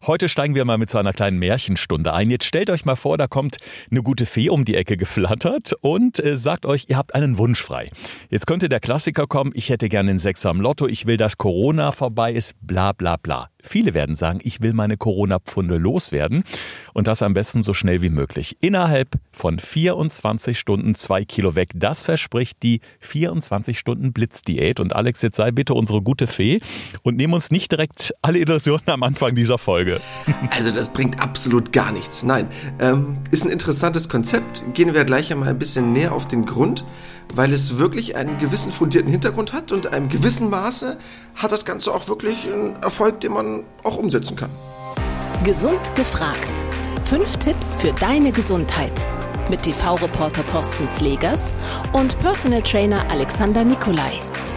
Heute steigen wir mal mit so einer kleinen Märchenstunde ein. Jetzt stellt euch mal vor, da kommt eine gute Fee um die Ecke geflattert und sagt euch, ihr habt einen Wunsch frei. Jetzt könnte der Klassiker kommen, ich hätte gerne einen Sechser am Lotto, ich will, dass Corona vorbei ist, bla bla bla. Viele werden sagen, ich will meine Corona-Pfunde loswerden und das am besten so schnell wie möglich. Innerhalb von 24 Stunden 2 Kilo weg. Das verspricht die 24-Stunden-Blitz-Diät. Und Alex, jetzt sei bitte unsere gute Fee und nimm uns nicht direkt alle Illusionen am Anfang dieser Folge. Also das bringt absolut gar nichts. Nein, ist ein interessantes Konzept. Gehen wir gleich einmal ein bisschen näher auf den Grund, weil es wirklich einen gewissen fundierten Hintergrund hat und einem gewissen Maße hat das Ganze auch wirklich einen Erfolg, den man auch umsetzen kann. Gesund gefragt. 5 Tipps für deine Gesundheit. Mit TV-Reporter Thorsten Slegers und Personal Trainer Alexander Nikolai.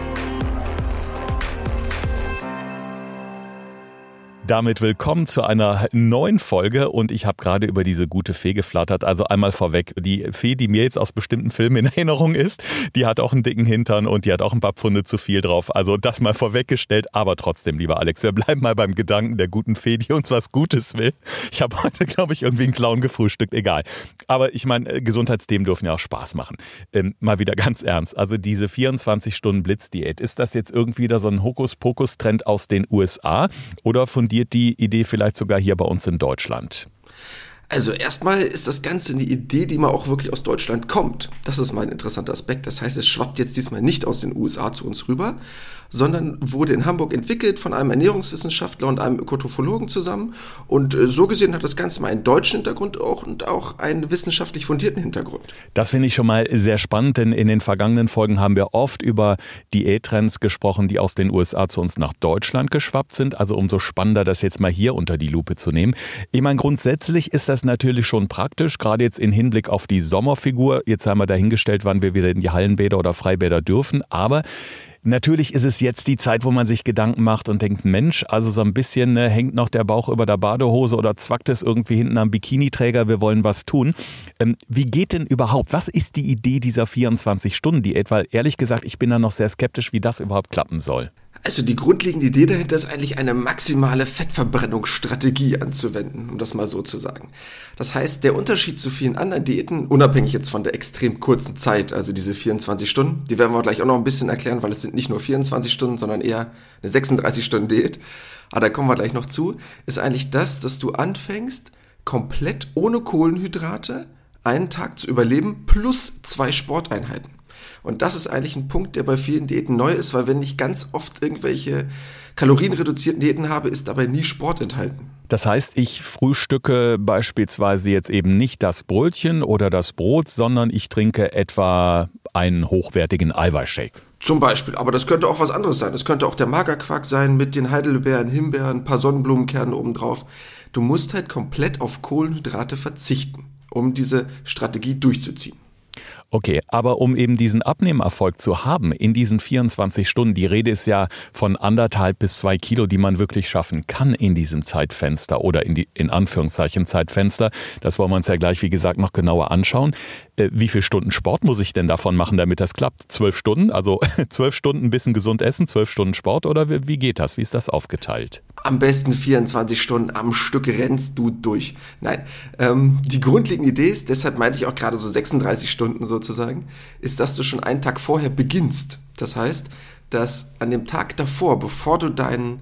Damit willkommen zu einer neuen Folge und ich habe gerade über diese gute Fee geflattert. Also einmal vorweg, die Fee, die mir jetzt aus bestimmten Filmen in Erinnerung ist, die hat auch einen dicken Hintern und die hat auch ein paar Pfunde zu viel drauf. Also das mal vorweggestellt, aber trotzdem, lieber Alex, wir bleiben mal beim Gedanken der guten Fee, die uns was Gutes will. Ich habe heute, glaube ich, irgendwie einen Clown gefrühstückt, egal. Aber ich meine, Gesundheitsthemen dürfen ja auch Spaß machen. Mal wieder ganz ernst, also diese 24-Stunden-Blitzdiät, ist das jetzt irgendwie wieder so ein Hokuspokus-Trend aus den USA oder fundiert die Idee vielleicht sogar hier bei uns in Deutschland? Also erstmal ist das Ganze eine Idee, die mal auch wirklich aus Deutschland kommt. Das ist mal ein interessanter Aspekt. Das heißt, es schwappt jetzt diesmal nicht aus den USA zu uns rüber, sondern wurde in Hamburg entwickelt von einem Ernährungswissenschaftler und einem Ökotrophologen zusammen. Und so gesehen hat das Ganze mal einen deutschen Hintergrund und auch einen wissenschaftlich fundierten Hintergrund. Das finde ich schon mal sehr spannend, denn in den vergangenen Folgen haben wir oft über Diättrends gesprochen, die aus den USA zu uns nach Deutschland geschwappt sind. Also umso spannender, das jetzt mal hier unter die Lupe zu nehmen. Ich meine, grundsätzlich ist das natürlich schon praktisch, gerade jetzt im Hinblick auf die Sommerfigur. Jetzt haben wir dahingestellt, wann wir wieder in die Hallenbäder oder Freibäder dürfen, aber natürlich ist es jetzt die Zeit, wo man sich Gedanken macht und denkt, Mensch, also so ein bisschen hängt noch der Bauch über der Badehose oder zwackt es irgendwie hinten am Bikiniträger, wir wollen was tun. Wie geht denn überhaupt, was ist die Idee dieser 24-Stunden-Diät? Weil ehrlich gesagt, ich bin da noch sehr skeptisch, wie das überhaupt klappen soll. Also die grundlegende Idee dahinter ist eigentlich eine maximale Fettverbrennungsstrategie anzuwenden, um das mal so zu sagen. Das heißt, der Unterschied zu vielen anderen Diäten, unabhängig jetzt von der extrem kurzen Zeit, also diese 24 Stunden, die werden wir gleich auch noch ein bisschen erklären, weil es sind nicht nur 24 Stunden, sondern eher eine 36-Stunden-Diät, aber da kommen wir gleich noch zu, ist eigentlich das, dass du anfängst, komplett ohne Kohlenhydrate einen Tag zu überleben plus 2 Sporteinheiten. Und das ist eigentlich ein Punkt, der bei vielen Diäten neu ist, weil wenn ich ganz oft irgendwelche kalorienreduzierten Diäten habe, ist dabei nie Sport enthalten. Das heißt, ich frühstücke beispielsweise jetzt eben nicht das Brötchen oder das Brot, sondern ich trinke etwa einen hochwertigen Eiweißshake. Zum Beispiel, aber das könnte auch was anderes sein. Es könnte auch der Magerquark sein mit den Heidelbeeren, Himbeeren, ein paar Sonnenblumenkerne obendrauf. Du musst halt komplett auf Kohlenhydrate verzichten, um diese Strategie durchzuziehen. Okay, aber um eben diesen Abnehmerfolg zu haben in diesen 24 Stunden, die Rede ist ja von 1,5 bis 2 Kilo, die man wirklich schaffen kann in diesem Zeitfenster oder in Anführungszeichen Zeitfenster. Das wollen wir uns ja gleich, wie gesagt, noch genauer anschauen. Wie viele Stunden Sport muss ich denn davon machen, damit das klappt? 12 Stunden? Also 12 Stunden ein bisschen gesund essen, 12 Stunden Sport oder wie geht das? Wie ist das aufgeteilt? Am besten 24 Stunden am Stück rennst du durch. Nein, die grundlegende Idee ist, deshalb meinte ich auch gerade so 36 Stunden sozusagen, ist, dass du schon einen Tag vorher beginnst. Das heißt, dass an dem Tag davor, bevor du deinen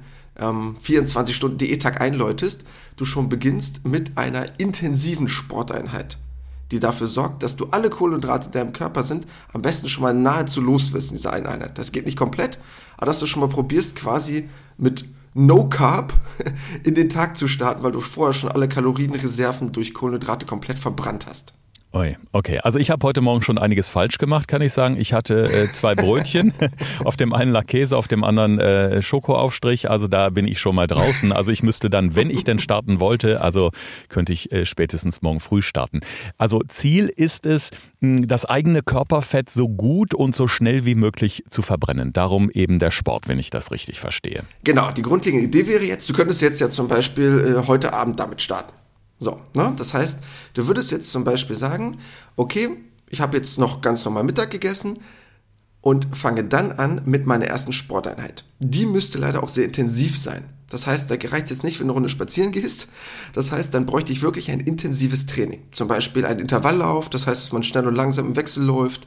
24-Stunden-Diättag einläutest, du schon beginnst mit einer intensiven Sporteinheit, die dafür sorgt, dass du alle Kohlenhydrate, die in deinem Körper sind, am besten schon mal nahezu los wirst in dieser einen Einheit. Das geht nicht komplett, aber dass du schon mal probierst, quasi mit No Carb in den Tag zu starten, weil du vorher schon alle Kalorienreserven durch Kohlenhydrate komplett verbrannt hast. Ui, okay, also ich habe heute Morgen schon einiges falsch gemacht, kann ich sagen. Ich hatte 2 Brötchen, auf dem einen lag Käse, auf dem anderen Schokoaufstrich, also da bin ich schon mal draußen. Also ich müsste dann, wenn ich denn starten wollte, also könnte ich spätestens morgen früh starten. Also Ziel ist es, das eigene Körperfett so gut und so schnell wie möglich zu verbrennen. Darum eben der Sport, wenn ich das richtig verstehe. Genau, die grundlegende Idee wäre jetzt, du könntest jetzt ja zum Beispiel heute Abend damit starten. So, ne? Das heißt, du würdest jetzt zum Beispiel sagen, okay, ich habe jetzt noch ganz normal Mittag gegessen und fange dann an mit meiner ersten Sporteinheit. Die müsste leider auch sehr intensiv sein. Das heißt, da reicht es jetzt nicht, wenn du eine Runde spazieren gehst. Das heißt, dann bräuchte ich wirklich ein intensives Training. Zum Beispiel ein Intervalllauf, das heißt, dass man schnell und langsam im Wechsel läuft,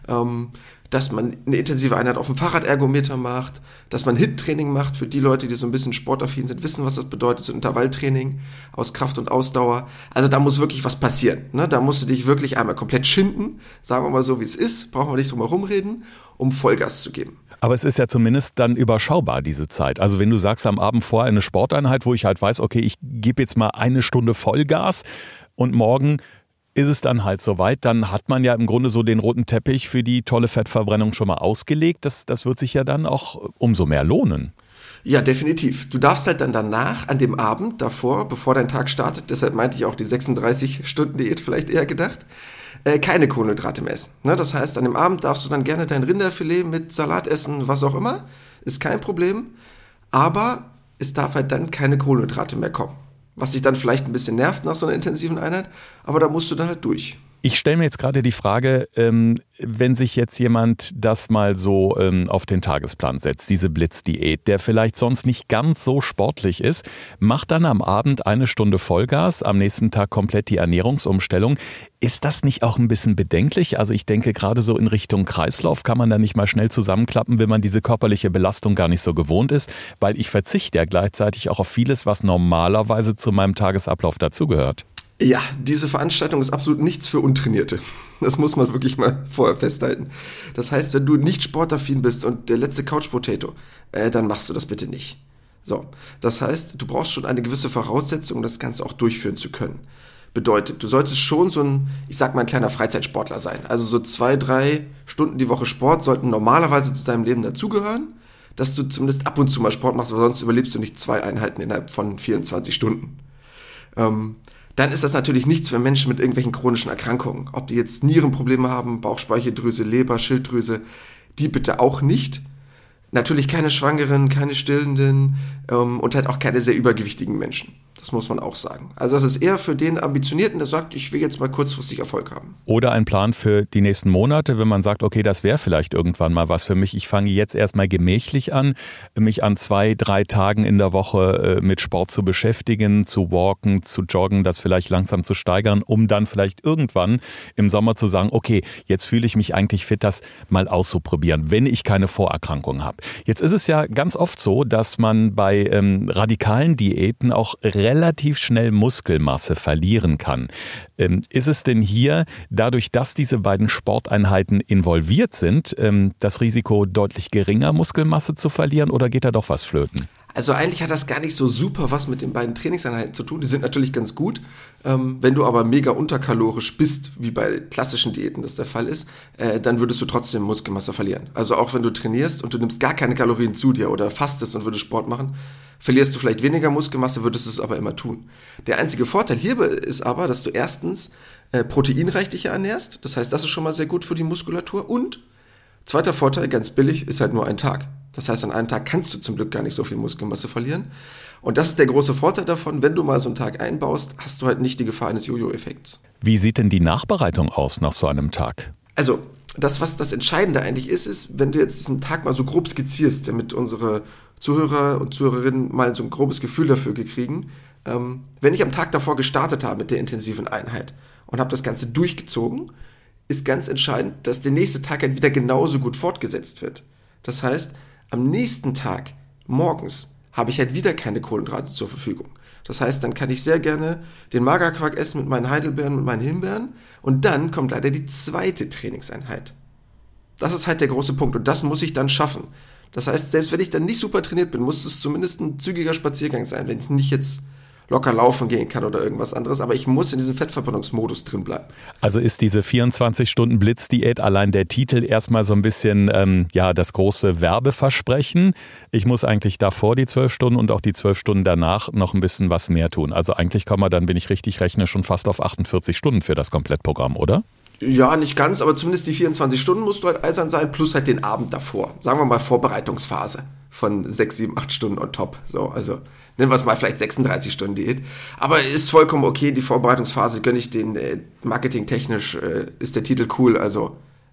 dass man eine intensive Einheit auf dem Fahrradergometer macht, dass man HIIT-Training macht für die Leute, die so ein bisschen sportaffin sind, wissen, was das bedeutet, so Intervalltraining aus Kraft und Ausdauer. Also da muss wirklich was passieren. Ne? Da musst du dich wirklich einmal komplett schinden, sagen wir mal so, wie es ist, brauchen wir nicht drum herum reden, um Vollgas zu geben. Aber es ist ja zumindest dann überschaubar, diese Zeit. Also wenn du sagst, am Abend vorher eine Sporteinheit, wo ich halt weiß, okay, ich gebe jetzt mal eine Stunde Vollgas und morgen ist es dann halt soweit, dann hat man ja im Grunde so den roten Teppich für die tolle Fettverbrennung schon mal ausgelegt. Das wird sich ja dann auch umso mehr lohnen. Ja, definitiv. Du darfst halt dann danach, an dem Abend davor, bevor dein Tag startet, deshalb meinte ich auch die 36-Stunden-Diät vielleicht eher gedacht, keine Kohlenhydrate mehr essen. Ne? Das heißt, an dem Abend darfst du dann gerne dein Rinderfilet mit Salat essen, was auch immer. Ist kein Problem. Aber es darf halt dann keine Kohlenhydrate mehr kommen. Was dich dann vielleicht ein bisschen nervt nach so einer intensiven Einheit, aber da musst du dann halt durch. Ich stelle mir jetzt gerade die Frage, wenn sich jetzt jemand das mal so auf den Tagesplan setzt, diese Blitzdiät, der vielleicht sonst nicht ganz so sportlich ist, macht dann am Abend eine Stunde Vollgas, am nächsten Tag komplett die Ernährungsumstellung. Ist das nicht auch ein bisschen bedenklich? Also ich denke, gerade so in Richtung Kreislauf kann man da nicht mal schnell zusammenklappen, wenn man diese körperliche Belastung gar nicht so gewohnt ist, weil ich verzichte ja gleichzeitig auch auf vieles, was normalerweise zu meinem Tagesablauf dazugehört. Ja, diese Veranstaltung ist absolut nichts für Untrainierte. Das muss man wirklich mal vorher festhalten. Das heißt, wenn du nicht sportaffin bist und der letzte Couch Potato, dann machst du das bitte nicht. So, das heißt, du brauchst schon eine gewisse Voraussetzung, um das Ganze auch durchführen zu können. Bedeutet, du solltest schon so ein, ich sag mal, ein kleiner Freizeitsportler sein. Also so 2-3 Stunden die Woche Sport sollten normalerweise zu deinem Leben dazugehören, dass du zumindest ab und zu mal Sport machst, weil sonst überlebst du nicht 2 Einheiten innerhalb von 24 Stunden. Dann ist das natürlich nichts für Menschen mit irgendwelchen chronischen Erkrankungen. Ob die jetzt Nierenprobleme haben, Bauchspeicheldrüse, Leber, Schilddrüse, die bitte auch nicht. Natürlich keine Schwangeren, keine Stillenden und halt auch keine sehr übergewichtigen Menschen. Das muss man auch sagen. Also das ist eher für den Ambitionierten, der sagt, ich will jetzt mal kurzfristig Erfolg haben. Oder ein Plan für die nächsten Monate, wenn man sagt, okay, das wäre vielleicht irgendwann mal was für mich. Ich fange jetzt erstmal gemächlich an, mich an 2-3 Tagen in der Woche mit Sport zu beschäftigen, zu walken, zu joggen, das vielleicht langsam zu steigern, um dann vielleicht irgendwann im Sommer zu sagen, okay, jetzt fühle ich mich eigentlich fit, das mal auszuprobieren, wenn ich keine Vorerkrankungen habe. Jetzt ist es ja ganz oft so, dass man bei radikalen Diäten auch relativ schnell Muskelmasse verlieren kann. Ist es denn hier, dadurch, dass diese beiden Sporteinheiten involviert sind, das Risiko deutlich geringer, Muskelmasse zu verlieren, oder geht da doch was flöten? Also eigentlich hat das gar nicht so super was mit den beiden Trainingseinheiten zu tun. Die sind natürlich ganz gut. Wenn du aber mega unterkalorisch bist, wie bei klassischen Diäten das der Fall ist, dann würdest du trotzdem Muskelmasse verlieren. Also auch wenn du trainierst und du nimmst gar keine Kalorien zu dir oder fastest und würdest Sport machen, verlierst du vielleicht weniger Muskelmasse, würdest es aber immer tun. Der einzige Vorteil hierbei ist aber, dass du erstens proteinreich dich ernährst. Das heißt, das ist schon mal sehr gut für die Muskulatur. Und zweiter Vorteil, ganz billig, ist halt nur ein Tag. Das heißt, an einem Tag kannst du zum Glück gar nicht so viel Muskelmasse verlieren. Und das ist der große Vorteil davon, wenn du mal so einen Tag einbaust, hast du halt nicht die Gefahr eines Jojo-Effekts. Wie sieht denn die Nachbereitung aus nach so einem Tag? Also, das, was das Entscheidende eigentlich ist, wenn du jetzt diesen Tag mal so grob skizzierst, damit unsere Zuhörer und Zuhörerinnen mal so ein grobes Gefühl dafür kriegen, wenn ich am Tag davor gestartet habe mit der intensiven Einheit und habe das Ganze durchgezogen, ist ganz entscheidend, dass der nächste Tag halt wieder genauso gut fortgesetzt wird. Das heißt, am nächsten Tag, morgens, habe ich halt wieder keine Kohlenhydrate zur Verfügung. Das heißt, dann kann ich sehr gerne den Magerquark essen mit meinen Heidelbeeren, mit meinen Himbeeren und dann kommt leider die zweite Trainingseinheit. Das ist halt der große Punkt und das muss ich dann schaffen. Das heißt, selbst wenn ich dann nicht super trainiert bin, muss es zumindest ein zügiger Spaziergang sein, wenn ich nicht jetzt locker laufen gehen kann oder irgendwas anderes, aber ich muss in diesem Fettverbrennungsmodus drin bleiben. Also ist diese 24-Stunden-Blitzdiät allein der Titel erstmal so ein bisschen das große Werbeversprechen. Ich muss eigentlich davor die 12 Stunden und auch die 12 Stunden danach noch ein bisschen was mehr tun. Also eigentlich kommen wir dann, wenn ich richtig rechne, schon fast auf 48 Stunden für das Komplettprogramm, oder? Ja, nicht ganz, aber zumindest die 24 Stunden musst du halt eisern sein, plus halt den Abend davor. Sagen wir mal Vorbereitungsphase von 6, 7, 8 Stunden on top. So, also nennen wir es mal vielleicht 36 Stunden Diät. Aber ist vollkommen okay, die Vorbereitungsphase gönne ich den marketingtechnisch, ist der Titel cool, also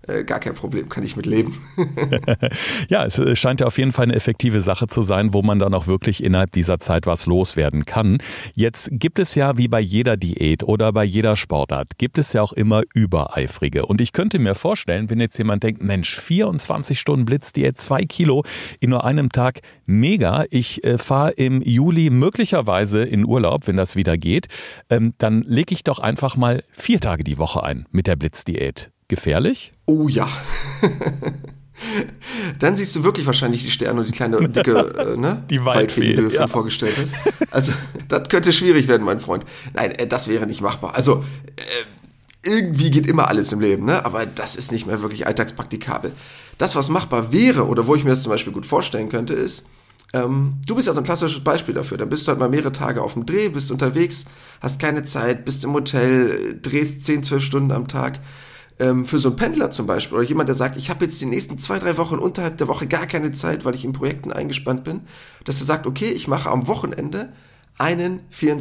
gar kein Problem, kann ich mit leben. Ja, es scheint ja auf jeden Fall eine effektive Sache zu sein, wo man dann auch wirklich innerhalb dieser Zeit was loswerden kann. Jetzt gibt es ja, wie bei jeder Diät oder bei jeder Sportart, gibt es ja auch immer Übereifrige. Und ich könnte mir vorstellen, wenn jetzt jemand denkt, Mensch, 24 Stunden Blitzdiät, 2 Kilo in nur einem Tag, mega. Ich fahre im Juli möglicherweise in Urlaub, wenn das wieder geht. Dann lege ich doch einfach mal 4 Tage die Woche ein mit der Blitzdiät. Gefährlich? Oh ja. Dann siehst du wirklich wahrscheinlich die Sterne und die kleine, dicke die Waldfee, die du dir vorgestellt hast. Also, das könnte schwierig werden, mein Freund. Nein, das wäre nicht machbar. Also, irgendwie geht immer alles im Leben, ne? Aber das ist nicht mehr wirklich alltagspraktikabel. Das, was machbar wäre, oder wo ich mir das zum Beispiel gut vorstellen könnte, ist, du bist ja so ein klassisches Beispiel dafür. Dann bist du halt mal mehrere Tage auf dem Dreh, bist unterwegs, hast keine Zeit, bist im Hotel, drehst 10, 12 Stunden am Tag. Für so einen Pendler zum Beispiel oder jemand, der sagt, ich habe jetzt die nächsten 2, 3 Wochen unterhalb der Woche gar keine Zeit, weil ich in Projekten eingespannt bin, dass er sagt, okay, ich mache am Wochenende einen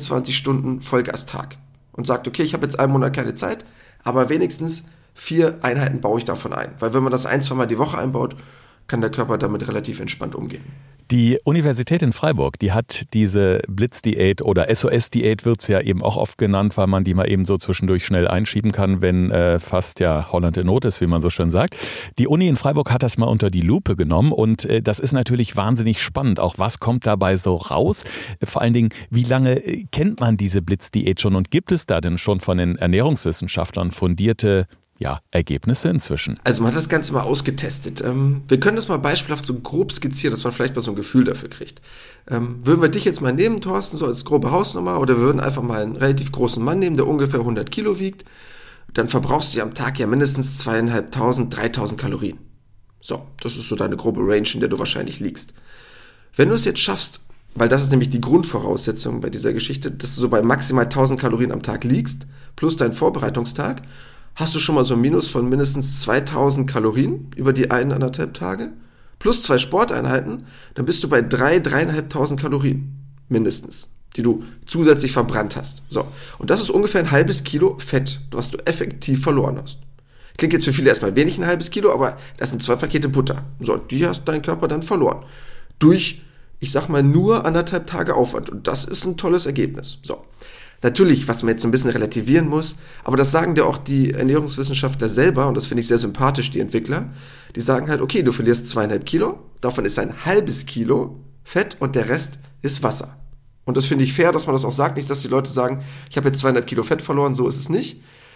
24-Stunden-Vollgastag und sagt, okay, ich habe jetzt einen Monat keine Zeit, aber wenigstens 4 Einheiten baue ich davon ein. Weil wenn man das 1-2 Mal die Woche einbaut, kann der Körper damit relativ entspannt umgehen. Die Universität in Freiburg, die hat diese Blitzdiät oder SOS-Diät wird es ja eben auch oft genannt, weil man die mal eben so zwischendurch schnell einschieben kann, wenn fast ja Holland in Not ist, wie man so schön sagt. Die Uni in Freiburg hat das mal unter die Lupe genommen und das ist natürlich wahnsinnig spannend. Auch was kommt dabei so raus? Vor allen Dingen, wie lange kennt man diese Blitzdiät schon und gibt es da denn schon von den Ernährungswissenschaftlern fundierte Ergebnisse inzwischen? Also man hat das Ganze mal ausgetestet. Wir können das mal beispielhaft so grob skizzieren, dass man vielleicht mal so ein Gefühl dafür kriegt. Würden wir dich jetzt mal nehmen, Thorsten, so als grobe Hausnummer, oder wir würden einfach mal einen relativ großen Mann nehmen, der ungefähr 100 Kilo wiegt, dann verbrauchst du ja am Tag ja mindestens 2.500, 3.000 Kalorien. So, das ist so deine grobe Range, in der du wahrscheinlich liegst. Wenn du es jetzt schaffst, weil das ist nämlich die Grundvoraussetzung bei dieser Geschichte, dass du so bei maximal 1.000 Kalorien am Tag liegst, plus dein Vorbereitungstag, hast du schon mal so ein Minus von mindestens 2.000 Kalorien über die 1,5 Tage, plus 2 Sporteinheiten, dann bist du bei 3.500 Kalorien mindestens, die du zusätzlich verbrannt hast. So, und das ist ungefähr ein halbes Kilo Fett, was du effektiv verloren hast. Klingt jetzt für viele erstmal wenig, ein halbes Kilo, aber das sind 2 Pakete Butter. So, die hast dein Körper dann verloren. Durch, ich sag mal, nur 1,5 Tage Aufwand. Und das ist ein tolles Ergebnis. So. Natürlich, was man jetzt so ein bisschen relativieren muss, aber das sagen dir auch die Ernährungswissenschaftler selber, und das finde ich sehr sympathisch, die Entwickler, die sagen halt, okay, du verlierst 2,5 Kilo, davon ist ein halbes Kilo Fett und der Rest ist Wasser. Und das finde ich fair, dass man das auch sagt, nicht, dass die Leute sagen, ich habe jetzt 2,5 Kilo Fett verloren, so ist es nicht,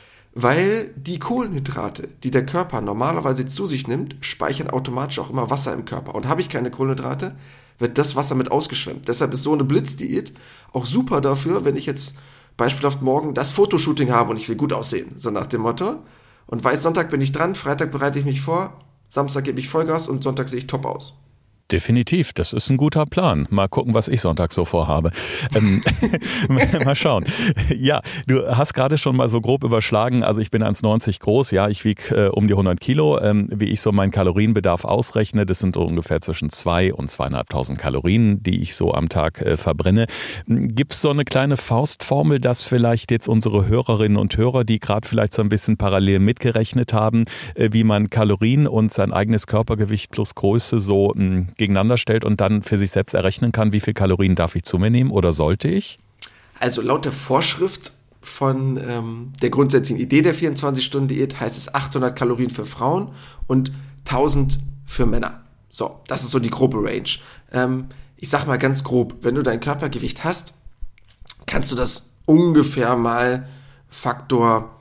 weil die Kohlenhydrate, die der Körper normalerweise zu sich nimmt, speichern automatisch auch immer Wasser im Körper. Und habe ich keine Kohlenhydrate, wird das Wasser mit ausgeschwemmt. Deshalb ist so eine Blitzdiät auch super dafür, wenn ich jetzt beispielhaft morgen das Fotoshooting habe und ich will gut aussehen, so nach dem Motto. Und weiß, Sonntag bin ich dran, Freitag bereite ich mich vor, Samstag gebe ich Vollgas und Sonntag sehe ich top aus. Definitiv, das ist ein guter Plan. Mal gucken, was ich Sonntag so vorhabe. Mal schauen. Ja, du hast gerade schon mal so grob überschlagen, also ich bin 1,90 groß, ja, ich wiege um die 100 Kilo. Wie ich so meinen Kalorienbedarf ausrechne, das sind ungefähr zwischen 2.000 und 2.500 Kalorien, die ich so am Tag verbrenne. Gibt es so eine kleine Faustformel, dass vielleicht jetzt unsere Hörerinnen und Hörer, die gerade vielleicht so ein bisschen parallel mitgerechnet haben, wie man Kalorien und sein eigenes Körpergewicht plus Größe so gegeneinander stellt und dann für sich selbst errechnen kann, wie viel Kalorien darf ich zu mir nehmen oder sollte ich? Also laut der Vorschrift von der grundsätzlichen Idee der 24-Stunden-Diät heißt es 800 Kalorien für Frauen und 1000 für Männer. So, das ist so die grobe Range. Ich sag mal ganz grob, wenn du dein Körpergewicht hast, kannst du das ungefähr mal Faktor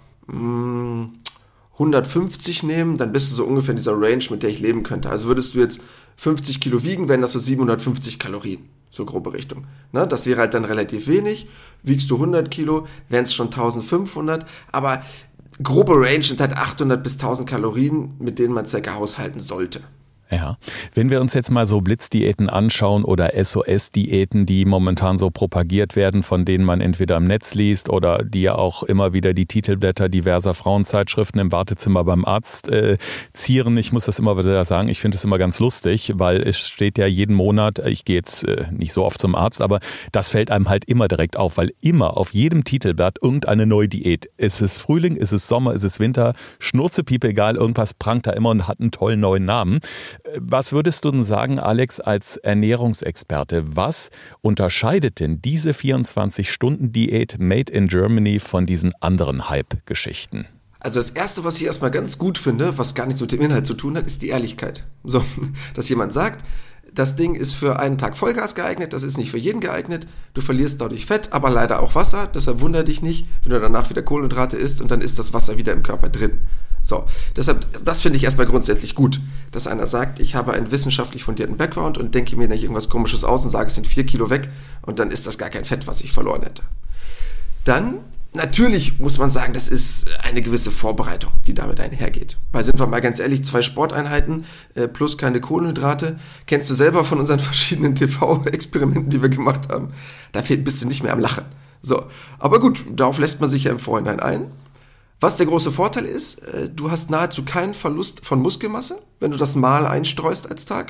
150 nehmen, dann bist du so ungefähr in dieser Range, mit der ich leben könnte. Also würdest du jetzt 50 Kilo wiegen, wären das so 750 Kalorien, so grobe Richtung. Ne? Das wäre halt dann relativ wenig. Wiegst du 100 Kilo, wären es schon 1500, aber grobe Range sind halt 800 bis 1000 Kalorien, mit denen man circa haushalten sollte. Ja, wenn wir uns jetzt mal so Blitzdiäten anschauen oder SOS-Diäten, die momentan so propagiert werden, von denen man entweder im Netz liest oder die ja auch immer wieder die Titelblätter diverser Frauenzeitschriften im Wartezimmer beim Arzt zieren. Ich muss das immer wieder sagen, ich finde es immer ganz lustig, weil es steht ja jeden Monat, ich gehe jetzt nicht so oft zum Arzt, aber das fällt einem halt immer direkt auf, weil immer auf jedem Titelblatt irgendeine neue Diät. Ist es Frühling, ist es Sommer, ist es Winter, Schnurzepiepe, egal, irgendwas prangt da immer und hat einen tollen neuen Namen. Was würdest du denn sagen, Alex, als Ernährungsexperte? Was unterscheidet denn diese 24-Stunden-Diät Made in Germany von diesen anderen Hype-Geschichten? Also das Erste, was ich erstmal ganz gut finde, was gar nichts mit dem Inhalt zu tun hat, ist die Ehrlichkeit. So, dass jemand sagt, das Ding ist für einen Tag Vollgas geeignet, das ist nicht für jeden geeignet, du verlierst dadurch Fett, aber leider auch Wasser, deshalb wundere dich nicht, wenn du danach wieder Kohlenhydrate isst und dann ist das Wasser wieder im Körper drin. So, deshalb, das finde ich erstmal grundsätzlich gut, dass einer sagt, ich habe einen wissenschaftlich fundierten Background und denke mir nicht irgendwas Komisches aus und sage, es sind 4 Kilo weg und dann ist das gar kein Fett, was ich verloren hätte. Dann, natürlich muss man sagen, das ist eine gewisse Vorbereitung, die damit einhergeht. Weil sind wir mal ganz ehrlich, 2 Sporteinheiten plus keine Kohlenhydrate, kennst du selber von unseren verschiedenen TV-Experimenten, die wir gemacht haben, da bist du nicht mehr am Lachen. So, aber gut, darauf lässt man sich ja im Vorhinein ein. Was der große Vorteil ist, du hast nahezu keinen Verlust von Muskelmasse, wenn du das mal einstreust als Tag.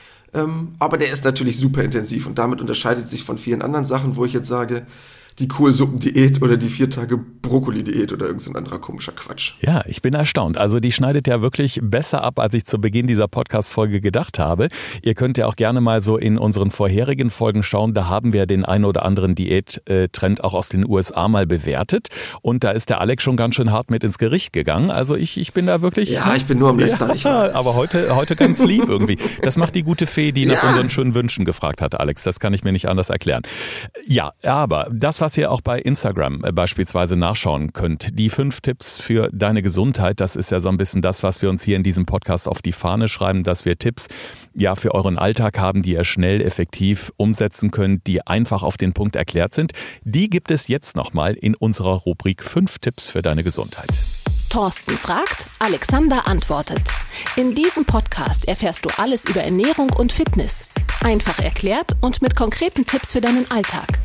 Aber der ist natürlich super intensiv und damit unterscheidet sich von vielen anderen Sachen, wo ich jetzt sage, die Kohlsuppendiät oder die 4 Tage Brokkoli-Diät oder irgend so ein anderer komischer Quatsch. Ja, ich bin erstaunt. Also die schneidet ja wirklich besser ab, als ich zu Beginn dieser Podcast-Folge gedacht habe. Ihr könnt ja auch gerne mal so in unseren vorherigen Folgen schauen. Da haben wir den ein oder anderen Diättrend auch aus den USA mal bewertet. Und da ist der Alex schon ganz schön hart mit ins Gericht gegangen. Also ich bin da wirklich... Ja, ich bin nur am Lästern. Ja, aber heute ganz lieb irgendwie. Das macht die gute Fee, die nach unseren schönen Wünschen gefragt hat, Alex. Das kann ich mir nicht anders erklären. Ja, aber das, was ihr auch bei Instagram beispielsweise nachschauen könnt. Die 5 Tipps für deine Gesundheit, das ist ja so ein bisschen das, was wir uns hier in diesem Podcast auf die Fahne schreiben, dass wir Tipps ja für euren Alltag haben, die ihr schnell, effektiv umsetzen könnt, die einfach auf den Punkt erklärt sind. Die gibt es jetzt nochmal in unserer Rubrik 5 Tipps für deine Gesundheit. Thorsten fragt, Alexander antwortet. In diesem Podcast erfährst du alles über Ernährung und Fitness. Einfach erklärt und mit konkreten Tipps für deinen Alltag.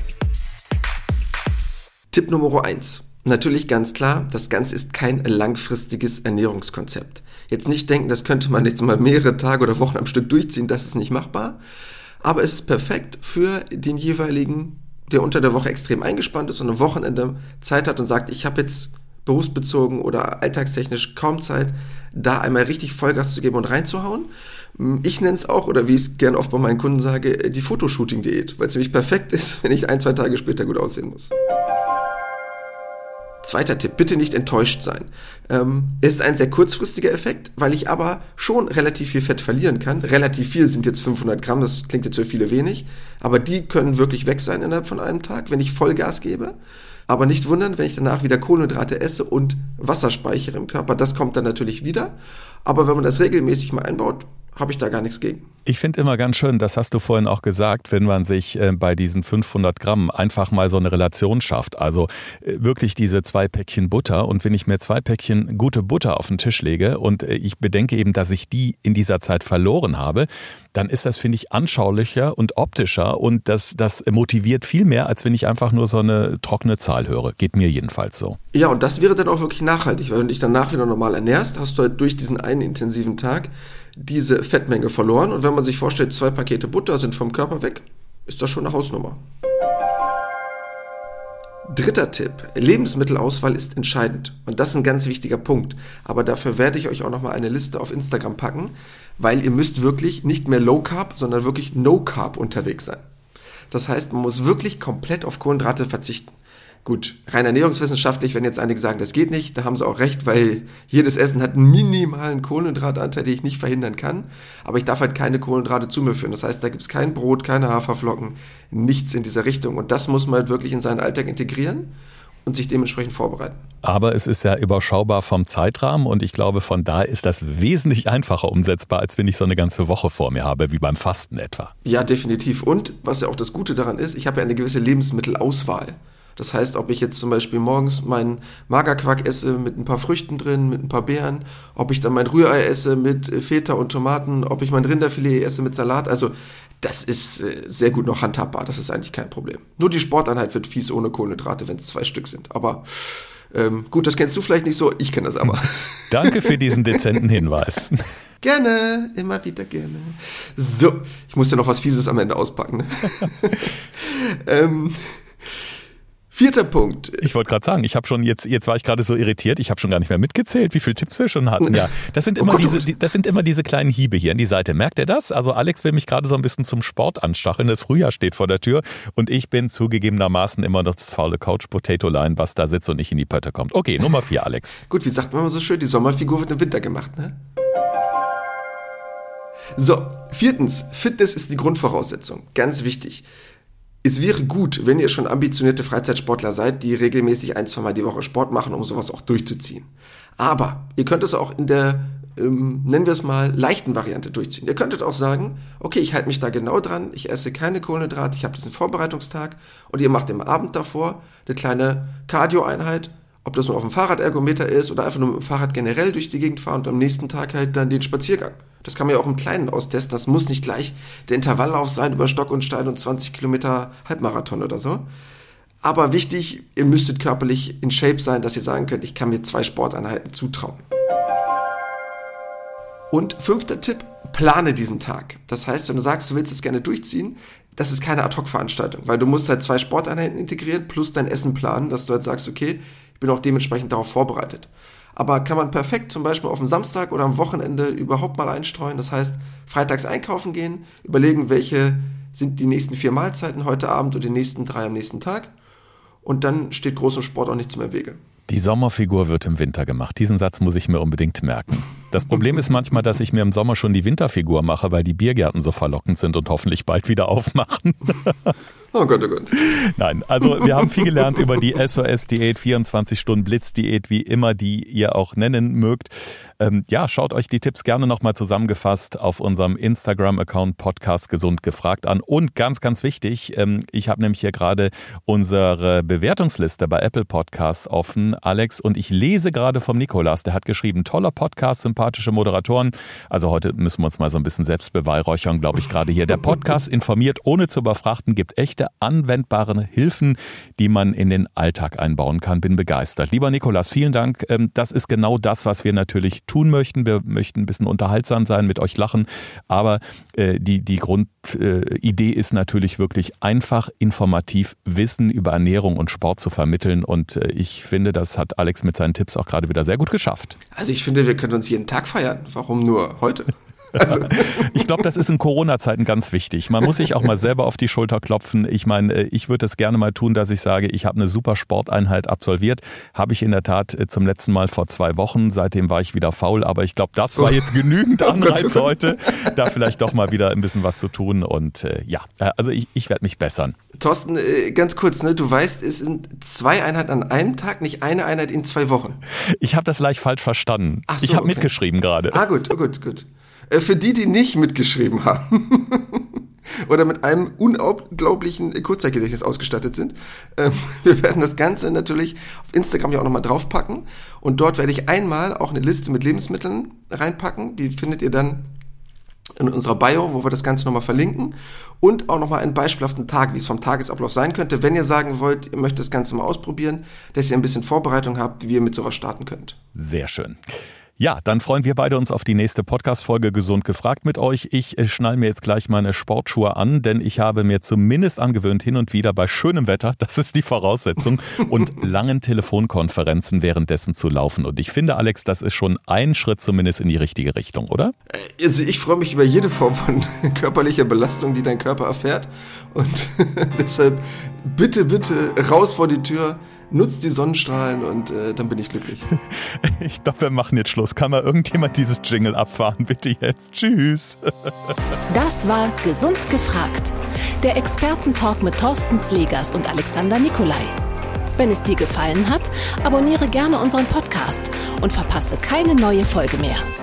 Tipp Nummer 1. Natürlich ganz klar, das Ganze ist kein langfristiges Ernährungskonzept. Jetzt nicht denken, das könnte man jetzt mal mehrere Tage oder Wochen am Stück durchziehen, das ist nicht machbar. Aber es ist perfekt für den jeweiligen, der unter der Woche extrem eingespannt ist und am Wochenende Zeit hat und sagt, ich habe jetzt berufsbezogen oder alltagstechnisch kaum Zeit, da einmal richtig Vollgas zu geben und reinzuhauen. Ich nenne es auch, oder wie ich es gern oft bei meinen Kunden sage, die Fotoshooting-Diät, weil es nämlich perfekt ist, wenn ich 1-2 Tage später gut aussehen muss. Zweiter Tipp, bitte nicht enttäuscht sein. Es ist ein sehr kurzfristiger Effekt, weil ich aber schon relativ viel Fett verlieren kann. Relativ viel sind jetzt 500 Gramm, das klingt jetzt für viele wenig, aber die können wirklich weg sein innerhalb von einem Tag, wenn ich Vollgas gebe. Aber nicht wundern, wenn ich danach wieder Kohlenhydrate esse und Wasser speichere im Körper, das kommt dann natürlich wieder. Aber wenn man das regelmäßig mal einbaut, habe ich da gar nichts gegen. Ich finde immer ganz schön, das hast du vorhin auch gesagt, wenn man sich bei diesen 500 Gramm einfach mal so eine Relation schafft. Also wirklich diese 2 Päckchen Butter. Und wenn ich mir 2 Päckchen gute Butter auf den Tisch lege und ich bedenke eben, dass ich die in dieser Zeit verloren habe, dann ist das, finde ich, anschaulicher und optischer und das motiviert viel mehr, als wenn ich einfach nur so eine trockene Zahl höre. Geht mir jedenfalls so. Ja, und das wäre dann auch wirklich nachhaltig, weil wenn du dich danach wieder normal ernährst, hast du halt durch diesen einen intensiven Tag diese Fettmenge verloren. Und wenn man sich vorstellt, 2 Pakete Butter sind vom Körper weg, ist das schon eine Hausnummer. Dritter Tipp, Lebensmittelauswahl ist entscheidend. Und das ist ein ganz wichtiger Punkt. Aber dafür werde ich euch auch nochmal eine Liste auf Instagram packen, weil ihr müsst wirklich nicht mehr Low Carb, sondern wirklich No Carb unterwegs sein. Das heißt, man muss wirklich komplett auf Kohlenhydrate verzichten. Gut, rein ernährungswissenschaftlich, wenn jetzt einige sagen, das geht nicht, da haben sie auch recht, weil jedes Essen hat einen minimalen Kohlenhydratanteil, den ich nicht verhindern kann, aber ich darf halt keine Kohlenhydrate zu mir führen. Das heißt, da gibt es kein Brot, keine Haferflocken, nichts in dieser Richtung und das muss man halt wirklich in seinen Alltag integrieren und sich dementsprechend vorbereiten. Aber es ist ja überschaubar vom Zeitrahmen und ich glaube, von daher ist das wesentlich einfacher umsetzbar, als wenn ich so eine ganze Woche vor mir habe, wie beim Fasten etwa. Ja, definitiv. Und was ja auch das Gute daran ist, ich habe ja eine gewisse Lebensmittelauswahl. Das heißt, ob ich jetzt zum Beispiel morgens meinen Magerquark esse mit ein paar Früchten drin, mit ein paar Beeren, ob ich dann mein Rührei esse mit Feta und Tomaten, ob ich mein Rinderfilet esse mit Salat, also das ist sehr gut noch handhabbar, das ist eigentlich kein Problem. Nur die Sporteinheit wird fies ohne Kohlenhydrate, wenn es 2 Stück sind, aber gut, das kennst du vielleicht nicht so, ich kenne das aber. Danke für diesen dezenten Hinweis. Gerne, immer wieder gerne. So, ich muss ja noch was Fieses am Ende auspacken. Ne? 4. Punkt. Ich wollte gerade sagen, ich habe schon jetzt war ich gerade so irritiert, ich habe schon gar nicht mehr mitgezählt, wie viele Tipps wir schon hatten. Ja, das sind immer diese kleinen Hiebe hier an die Seite. Merkt ihr das? Also Alex will mich gerade so ein bisschen zum Sport anstacheln. Das Frühjahr steht vor der Tür und ich bin zugegebenermaßen immer noch das faule Couch-Potato-Line, was da sitzt und nicht in die Pötte kommt. Okay, Nummer 4, Alex. Gut, wie sagt man immer so schön, die Sommerfigur wird im Winter gemacht, ne? So, 4. Fitness ist die Grundvoraussetzung. Ganz wichtig. Es wäre gut, wenn ihr schon ambitionierte Freizeitsportler seid, die regelmäßig 1-2 Mal die Woche Sport machen, um sowas auch durchzuziehen. Aber ihr könnt es auch in der, nennen wir es mal, leichten Variante durchziehen. Ihr könntet auch sagen, okay, ich halte mich da genau dran, ich esse keine Kohlenhydrate, ich habe diesen Vorbereitungstag und ihr macht im Abend davor eine kleine Cardio-Einheit, ob das nur auf dem Fahrradergometer ist oder einfach nur mit dem Fahrrad generell durch die Gegend fahren und am nächsten Tag halt dann den Spaziergang. Das kann man ja auch im Kleinen austesten. Das muss nicht gleich der Intervalllauf sein über Stock und Stein und 20 Kilometer Halbmarathon oder so. Aber wichtig, ihr müsstet körperlich in Shape sein, dass ihr sagen könnt, ich kann mir 2 Sporteinheiten zutrauen. Und 5. Tipp, plane diesen Tag. Das heißt, wenn du sagst, du willst es gerne durchziehen, das ist keine Ad-Hoc-Veranstaltung, weil du musst halt 2 Sporteinheiten integrieren plus dein Essen planen, dass du halt sagst, okay, ich bin auch dementsprechend darauf vorbereitet. Aber kann man perfekt zum Beispiel auf dem Samstag oder am Wochenende überhaupt mal einstreuen. Das heißt, freitags einkaufen gehen, überlegen, welche sind die nächsten 4 Mahlzeiten heute Abend und die nächsten 3 am nächsten Tag. Und dann steht großem Sport auch nichts mehr im Wege. Die Sommerfigur wird im Winter gemacht. Diesen Satz muss ich mir unbedingt merken. Das Problem ist manchmal, dass ich mir im Sommer schon die Winterfigur mache, weil die Biergärten so verlockend sind und hoffentlich bald wieder aufmachen. Oh Gott, oh Gott. Nein, also wir haben viel gelernt über die SOS-Diät, 24-Stunden-Blitz-Diät, wie immer die ihr auch nennen mögt. Ja, schaut euch die Tipps gerne nochmal zusammengefasst auf unserem Instagram-Account Podcast Gesund gefragt an. Und ganz, ganz wichtig, ich habe nämlich hier gerade unsere Bewertungsliste bei Apple Podcasts offen, Alex, und ich lese gerade vom Nikolas, der hat geschrieben, toller Podcast, sympathische Moderatoren. Also heute müssen wir uns mal so ein bisschen selbst beweihräuchern, glaube ich, gerade hier. Der Podcast informiert, ohne zu überfrachten, gibt echte anwendbare Hilfen, die man in den Alltag einbauen kann. Bin begeistert. Lieber Nikolas, vielen Dank. Das ist genau das, was wir natürlich tun möchten. Wir möchten ein bisschen unterhaltsam sein, mit euch lachen, aber die Grundidee ist natürlich wirklich einfach informativ Wissen über Ernährung und Sport zu vermitteln und ich finde, das hat Alex mit seinen Tipps auch gerade wieder sehr gut geschafft. Also ich finde, wir können uns jeden Tag feiern. Warum nur heute? Also. Ich glaube, das ist in Corona-Zeiten ganz wichtig. Man muss sich auch mal selber auf die Schulter klopfen. Ich meine, ich würde es gerne mal tun, dass ich sage, ich habe eine super Sporteinheit absolviert. Habe ich in der Tat zum letzten Mal vor 2 Wochen. Seitdem war ich wieder faul. Aber ich glaube, das war jetzt genügend Anreiz heute, da vielleicht doch mal wieder ein bisschen was zu tun. Und ja, also ich werde mich bessern. Thorsten, ganz kurz, ne? Du weißt, es sind 2 Einheiten an einem Tag, nicht eine Einheit in 2 Wochen. Ich habe das leicht falsch verstanden. Ach so, ich habe okay. Mitgeschrieben gerade. Ah, gut. Für die nicht mitgeschrieben haben oder mit einem unglaublichen Kurzzeitgedächtnis ausgestattet sind, wir werden das Ganze natürlich auf Instagram ja auch nochmal draufpacken und dort werde ich einmal auch eine Liste mit Lebensmitteln reinpacken, die findet ihr dann in unserer Bio, wo wir das Ganze nochmal verlinken und auch nochmal einen beispielhaften Tag, wie es vom Tagesablauf sein könnte, wenn ihr sagen wollt, ihr möchtet das Ganze mal ausprobieren, dass ihr ein bisschen Vorbereitung habt, wie ihr mit sowas starten könnt. Sehr schön. Ja, dann freuen wir beide uns auf die nächste Podcast-Folge Gesund gefragt mit euch. Ich schnall mir jetzt gleich meine Sportschuhe an, denn ich habe mir zumindest angewöhnt, hin und wieder bei schönem Wetter, das ist die Voraussetzung, und langen Telefonkonferenzen währenddessen zu laufen. Und ich finde, Alex, das ist schon ein Schritt zumindest in die richtige Richtung, oder? Also ich freue mich über jede Form von körperlicher Belastung, die dein Körper erfährt. Und deshalb bitte raus vor die Tür. Nutzt die Sonnenstrahlen und dann bin ich glücklich. Ich glaube, wir machen jetzt Schluss. Kann mal irgendjemand dieses Jingle abfahren? Bitte jetzt. Tschüss. Das war Gesund gefragt. Der Expertentalk mit Thorsten Slegers und Alexander Nikolai. Wenn es dir gefallen hat, abonniere gerne unseren Podcast und verpasse keine neue Folge mehr.